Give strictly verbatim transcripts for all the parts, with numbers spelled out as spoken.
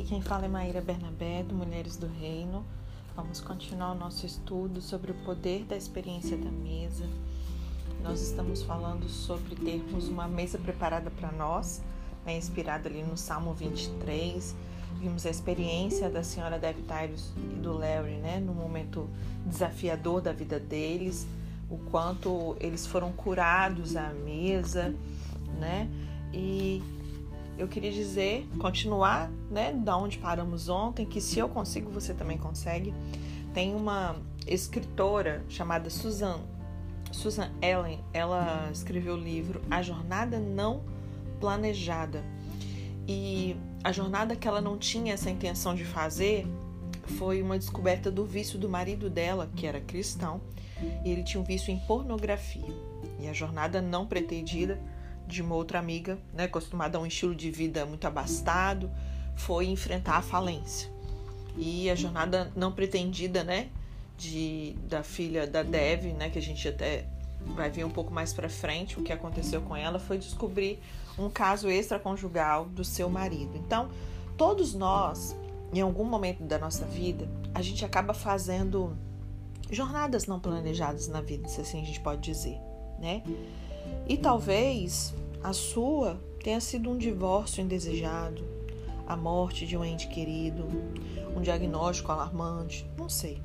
quem fala é Maíra Bernabé, do Mulheres do Reino. Vamos continuar o nosso estudo sobre o poder da experiência da mesa. Nós estamos falando sobre termos uma mesa preparada para nós, né, inspirada ali no Salmo vinte e três. Vimos a experiência da senhora Dev Tyrus e do Larry, né, no momento desafiador da vida deles, o quanto eles foram curados à mesa, né, e eu queria dizer, continuar, né, da onde paramos ontem, que se eu consigo, você também consegue. Tem uma escritora chamada Susan, Susan Ellen, ela escreveu o livro A Jornada Não Planejada. E a jornada que ela não tinha essa intenção de fazer foi uma descoberta do vício do marido dela, que era cristão, e ele tinha um vício em pornografia. E a jornada não pretendida de uma outra amiga, né, acostumada a um estilo de vida muito abastado, foi enfrentar a falência. E a jornada não pretendida, né, de, da filha da Dev, né, que a gente até vai ver um pouco mais pra frente o que aconteceu com ela, foi descobrir um caso extraconjugal do seu marido. Então, todos nós, em algum momento da nossa vida, a gente acaba fazendo jornadas não planejadas na vida, se assim a gente pode dizer, né? E talvez a sua tenha sido um divórcio indesejado, a morte de um ente querido, um diagnóstico alarmante, não sei.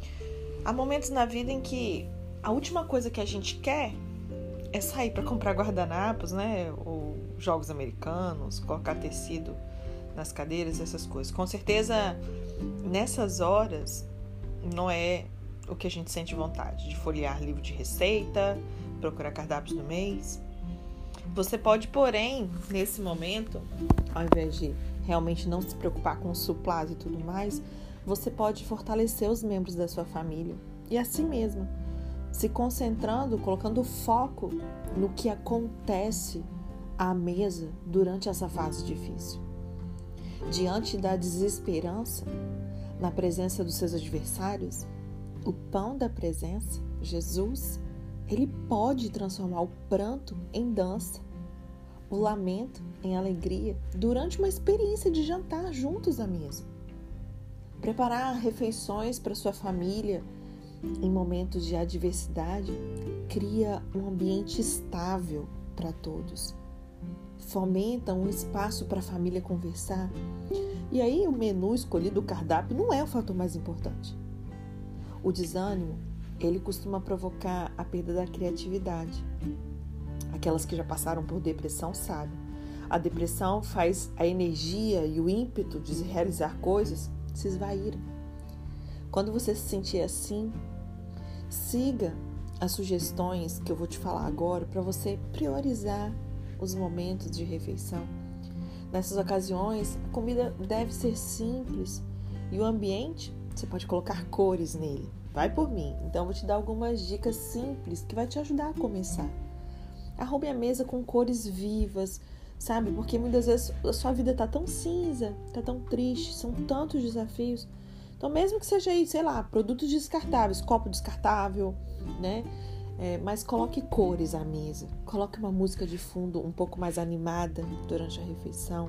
Há momentos na vida em que a última coisa que a gente quer é sair para comprar guardanapos, né? Ou jogos americanos, colocar tecido nas cadeiras, essas coisas. Com certeza, nessas horas, não é o que a gente sente vontade de folhear livro de receita, procurar cardápios do mês. Você pode, porém, nesse momento, ao invés de realmente não se preocupar com o suplás e tudo mais, você pode fortalecer os membros da sua família e a si mesma, se concentrando, colocando foco no que acontece à mesa durante essa fase difícil. Diante da desesperança, na presença dos seus adversários, o pão da presença, Jesus, ele pode transformar o pranto em dança, o lamento em alegria, durante uma experiência de jantar juntos à mesa. Preparar refeições para sua família em momentos de adversidade cria um ambiente estável para todos. Fomenta um espaço para a família conversar. E aí o menu escolhido, o cardápio, não é o fator mais importante. O desânimo, ele costuma provocar a perda da criatividade. Aquelas que já passaram por depressão sabem. A depressão faz a energia e o ímpeto de realizar coisas se esvaírem. Quando você se sentir assim, siga as sugestões que eu vou te falar agora para você priorizar os momentos de refeição. Nessas ocasiões, a comida deve ser simples e o ambiente, você pode colocar cores nele. Vai por mim. Então, eu vou te dar algumas dicas simples que vai te ajudar a começar. Arrume a mesa com cores vivas, sabe? Porque muitas vezes a sua vida tá tão cinza, tá tão triste, são tantos desafios. Então, mesmo que seja aí, sei lá, produtos descartáveis, copo descartável, né? É, mas coloque cores à mesa. Coloque uma música de fundo um pouco mais animada durante a refeição.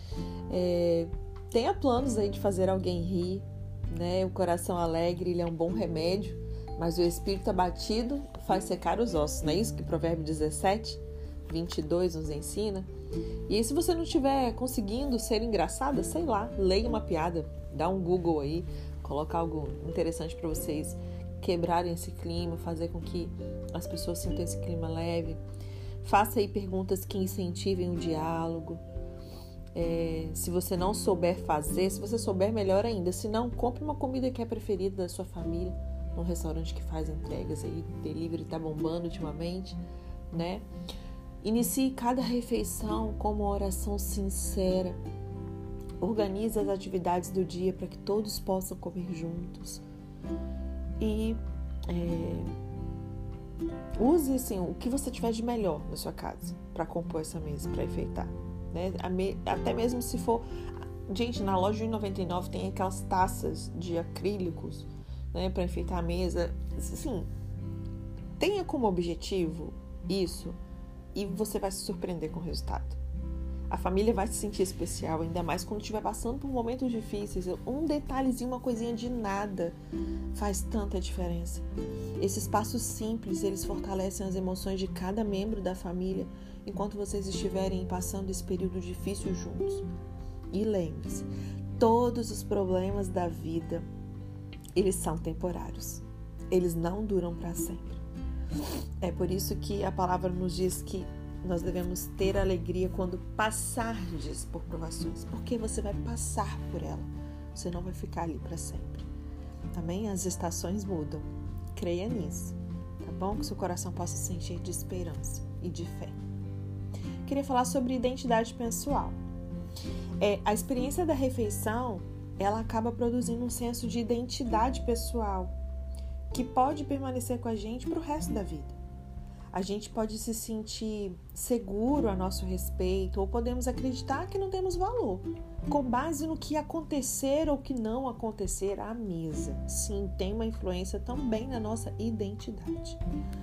É, tenha planos aí de fazer alguém rir, né? O coração alegre, ele é um bom remédio, mas o espírito abatido faz secar os ossos, não é isso que Provérbio dezessete, vinte e dois nos ensina? E aí, se você não estiver conseguindo ser engraçada, sei lá, leia uma piada, dá um Google aí, coloca algo interessante para vocês quebrarem esse clima, fazer com que as pessoas sintam esse clima leve. Faça aí perguntas que incentivem o diálogo. É, se você não souber fazer, se você souber, melhor ainda. Se não, compre uma comida que é preferida da sua família, num restaurante que faz entregas aí, delivery tá bombando ultimamente, né? Inicie cada refeição com uma oração sincera. Organize as atividades do dia para que todos possam comer juntos. E é, use assim, o que você tiver de melhor na sua casa para compor essa mesa, para enfeitar, né? Até mesmo se for... Gente, na loja de um e noventa e nove tem aquelas taças de acrílicos, né, para enfeitar a mesa. Assim, tenha como objetivo isso e você vai se surpreender com o resultado. A família vai se sentir especial, ainda mais quando estiver passando por momentos difíceis. Um detalhezinho, uma coisinha de nada faz tanta diferença. Esses passos simples, eles fortalecem as emoções de cada membro da família enquanto vocês estiverem passando esse período difícil juntos. E lembre-se, todos os problemas da vida, eles são temporários. Eles não duram para sempre. É por isso que a palavra nos diz que nós devemos ter alegria quando passardes por provações, porque você vai passar por ela, você não vai ficar ali para sempre. Também as estações mudam, creia nisso, tá bom? Que seu coração possa se encher de esperança e de fé. Queria falar sobre identidade pessoal. É, a experiência da refeição, ela acaba produzindo um senso de identidade pessoal que pode permanecer com a gente para o resto da vida. A gente pode se sentir seguro a nosso respeito ou podemos acreditar que não temos valor, com base no que acontecer ou que não acontecer à mesa. Sim, tem uma influência também na nossa identidade.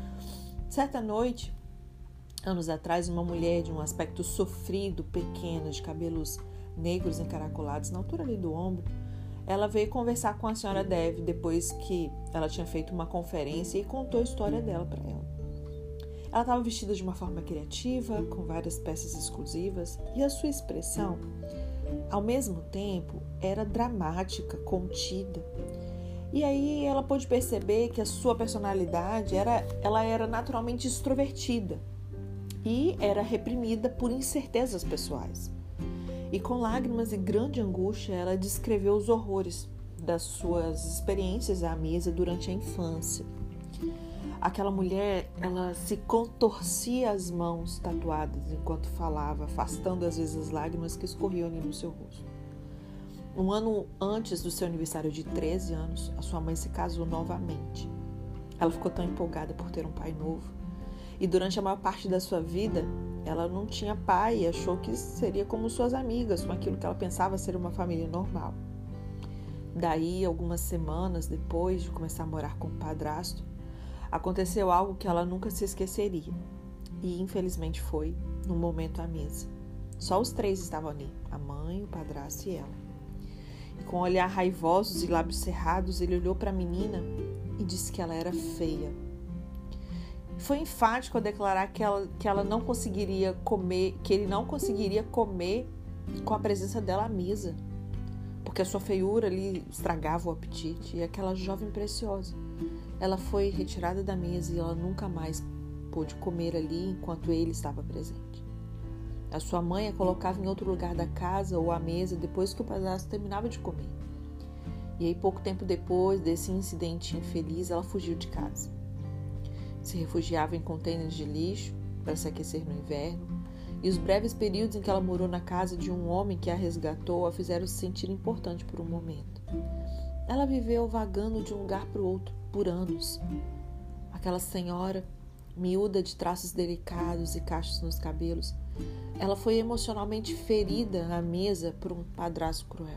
Certa noite, anos atrás, uma mulher de um aspecto sofrido, pequena, de cabelos negros encaracolados na altura ali do ombro, ela veio conversar com a senhora Dev depois que ela tinha feito uma conferência e contou a história dela para ela. Ela estava vestida de uma forma criativa, com várias peças exclusivas, e a sua expressão, ao mesmo tempo, era dramática, contida. E aí ela pôde perceber que a sua personalidade era, ela era naturalmente extrovertida e era reprimida por incertezas pessoais. E com lágrimas e grande angústia, ela descreveu os horrores das suas experiências à mesa durante a infância. Aquela mulher, ela se contorcia as mãos tatuadas enquanto falava, afastando às vezes as lágrimas que escorriam ali no seu rosto. Um ano antes do seu aniversário de treze anos, a sua mãe se casou novamente. Ela ficou tão empolgada por ter um pai novo. E durante a maior parte da sua vida, ela não tinha pai e achou que seria como suas amigas, com aquilo que ela pensava ser uma família normal. Daí, algumas semanas depois de começar a morar com o padrasto, aconteceu algo que ela nunca se esqueceria. E infelizmente foi num momento à mesa. Só os três estavam ali, a mãe, o padrasto e ela. E com um olhar raivosos e lábios cerrados, ele olhou para a menina e disse que ela era feia. Foi enfático a declarar que ela, que ela não conseguiria comer, que ele não conseguiria comer com a presença dela à mesa, porque a sua feiura ali estragava o apetite. E aquela jovem preciosa, ela foi retirada da mesa e ela nunca mais pôde comer ali enquanto ele estava presente. A sua mãe a colocava em outro lugar da casa ou à mesa depois que o padrasto terminava de comer. E aí, pouco tempo depois desse incidente infeliz, ela fugiu de casa. Se refugiava em contêineres de lixo para se aquecer no inverno, e os breves períodos em que ela morou na casa de um homem que a resgatou a fizeram se sentir importante por um momento. Ela viveu vagando de um lugar para o outro por anos. Aquela senhora, miúda de traços delicados e cachos nos cabelos, ela foi emocionalmente ferida à mesa por um padrasto cruel.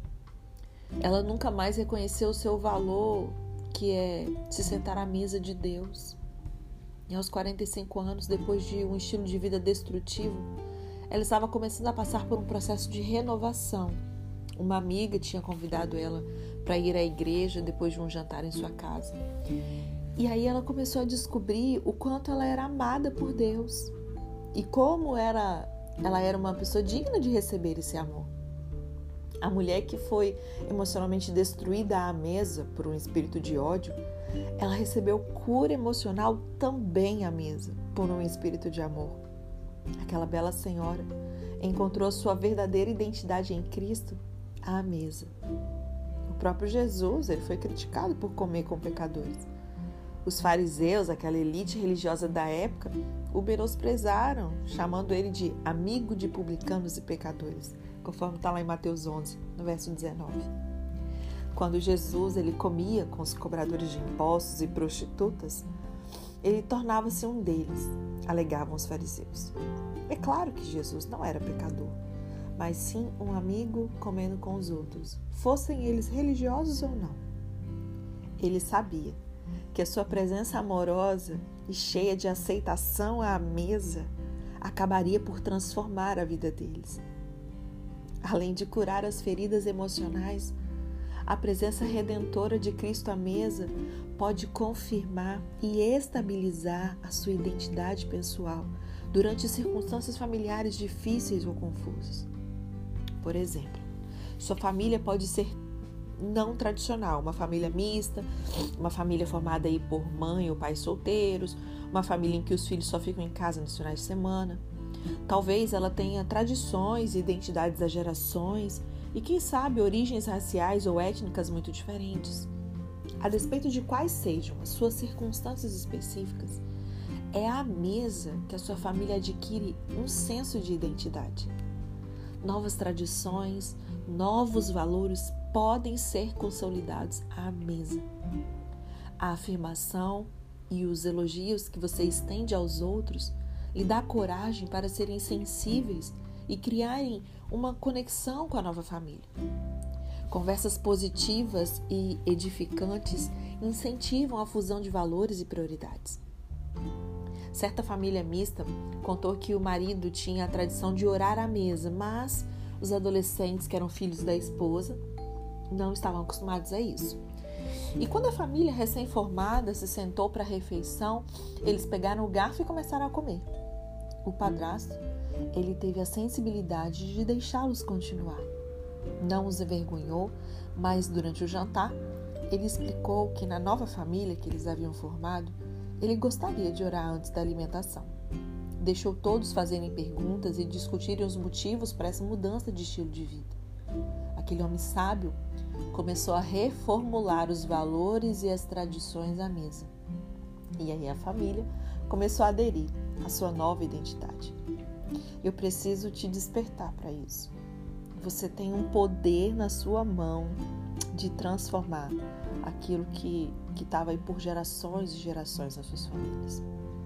Ela nunca mais reconheceu o seu valor, que é se sentar à mesa de Deus. E aos quarenta e cinco anos, depois de um estilo de vida destrutivo, ela estava começando a passar por um processo de renovação. Uma amiga tinha convidado ela para ir à igreja depois de um jantar em sua casa. E aí ela começou a descobrir o quanto ela era amada por Deus e como era, ela era uma pessoa digna de receber esse amor. A mulher que foi emocionalmente destruída à mesa por um espírito de ódio, ela recebeu cura emocional também à mesa por um espírito de amor. Aquela bela senhora encontrou sua verdadeira identidade em Cristo à mesa. O próprio Jesus, ele foi criticado por comer com pecadores. Os fariseus, aquela elite religiosa da época, o menosprezaram, chamando ele de amigo de publicanos e pecadores, conforme está lá em Mateus onze, no verso dezenove. Quando Jesus ele comia com os cobradores de impostos e prostitutas, ele tornava-se um deles, alegavam os fariseus. É claro que Jesus não era pecador, mas sim um amigo comendo com os outros, fossem eles religiosos ou não. Ele sabia que a sua presença amorosa e cheia de aceitação à mesa acabaria por transformar a vida deles. Além de curar as feridas emocionais, a presença redentora de Cristo à mesa pode confirmar e estabilizar a sua identidade pessoal durante circunstâncias familiares difíceis ou confusas. Por exemplo, sua família pode ser não tradicional, uma família mista, uma família formada aí por mãe ou pais solteiros, uma família em que os filhos só ficam em casa nos finais de semana. Talvez ela tenha tradições e identidades há gerações e, quem sabe, origens raciais ou étnicas muito diferentes. A despeito de quais sejam as suas circunstâncias específicas, é à mesa que a sua família adquire um senso de identidade. Novas tradições, novos valores podem ser consolidados à mesa. A afirmação e os elogios que você estende aos outros lhe dá coragem para serem sensíveis e criarem uma conexão com a nova família. Conversas positivas e edificantes incentivam a fusão de valores e prioridades. Certa família mista contou que o marido tinha a tradição de orar à mesa, mas os adolescentes, que eram filhos da esposa, não estavam acostumados a isso. E quando a família recém-formada se sentou para a refeição, eles pegaram o garfo e começaram a comer. O padrasto, ele teve a sensibilidade de deixá-los continuar. Não os envergonhou, mas durante o jantar, ele explicou que na nova família que eles haviam formado, ele gostaria de orar antes da alimentação. Deixou todos fazerem perguntas e discutirem os motivos para essa mudança de estilo de vida. Aquele homem sábio começou a reformular os valores e as tradições à mesa. E aí a família começou a aderir à sua nova identidade. Eu preciso te despertar para isso. Você tem um poder na sua mão de transformar aquilo que que estava aí por gerações e gerações nas suas famílias.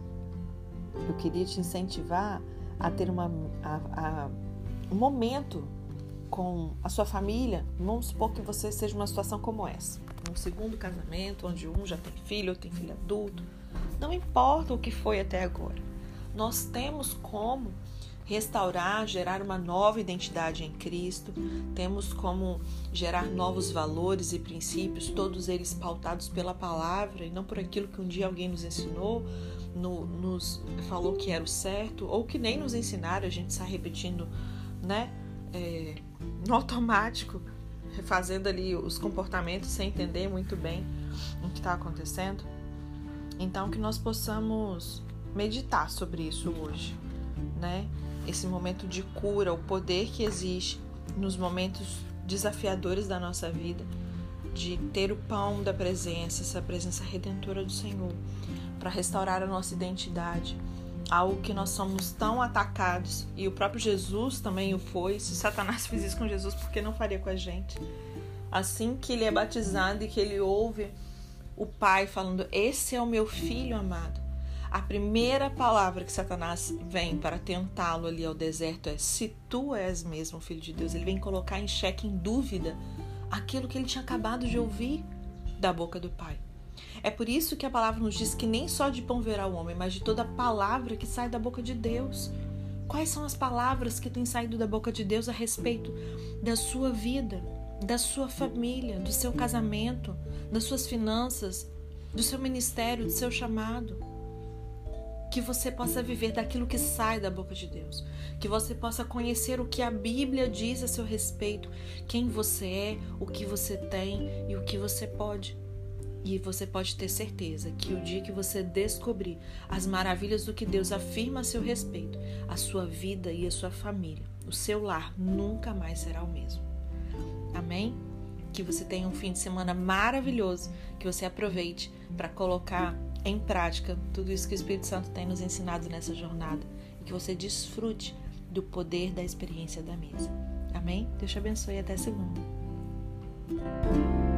Eu queria te incentivar a ter uma, a, a, um momento com a sua família. Vamos supor que você seja uma situação como essa. Um segundo casamento, onde um já tem filho, outro tem filho adulto. Não importa o que foi até agora. Nós temos como restaurar, gerar uma nova identidade em Cristo. Temos como gerar novos valores e princípios, todos eles pautados pela palavra e não por aquilo que um dia alguém nos ensinou, no, nos falou que era o certo, ou que nem nos ensinaram, a gente está repetindo, né, é, no automático, refazendo ali os comportamentos sem entender muito bem o que está acontecendo. Então, que nós possamos meditar sobre isso hoje, né? Esse momento de cura, o poder que existe nos momentos desafiadores da nossa vida, de ter o pão da presença, essa presença redentora do Senhor, para restaurar a nossa identidade, algo que nós somos tão atacados, e o próprio Jesus também o foi. Se Satanás fez isso com Jesus, por que não faria com a gente? Assim que ele é batizado e que ele ouve o Pai falando, esse é o meu filho amado, a primeira palavra que Satanás vem para tentá-lo ali ao deserto é, se tu és mesmo filho de Deus. Ele vem colocar em xeque, em dúvida, aquilo que ele tinha acabado de ouvir da boca do Pai. É por isso que a palavra nos diz que nem só de pão verá o homem, mas de toda palavra que sai da boca de Deus. Quais são as palavras que têm saído da boca de Deus a respeito da sua vida, da sua família, do seu casamento, das suas finanças, do seu ministério, do seu chamado? Que você possa viver daquilo que sai da boca de Deus. Que você possa conhecer o que a Bíblia diz a seu respeito. Quem você é, o que você tem e o que você pode. E você pode ter certeza que o dia que você descobrir as maravilhas do que Deus afirma a seu respeito, a sua vida e a sua família, o seu lar nunca mais será o mesmo. Amém? Que você tenha um fim de semana maravilhoso. Que você aproveite para colocar em prática tudo isso que o Espírito Santo tem nos ensinado nessa jornada e que você desfrute do poder da experiência da mesa. Amém? Deus te abençoe e até segunda.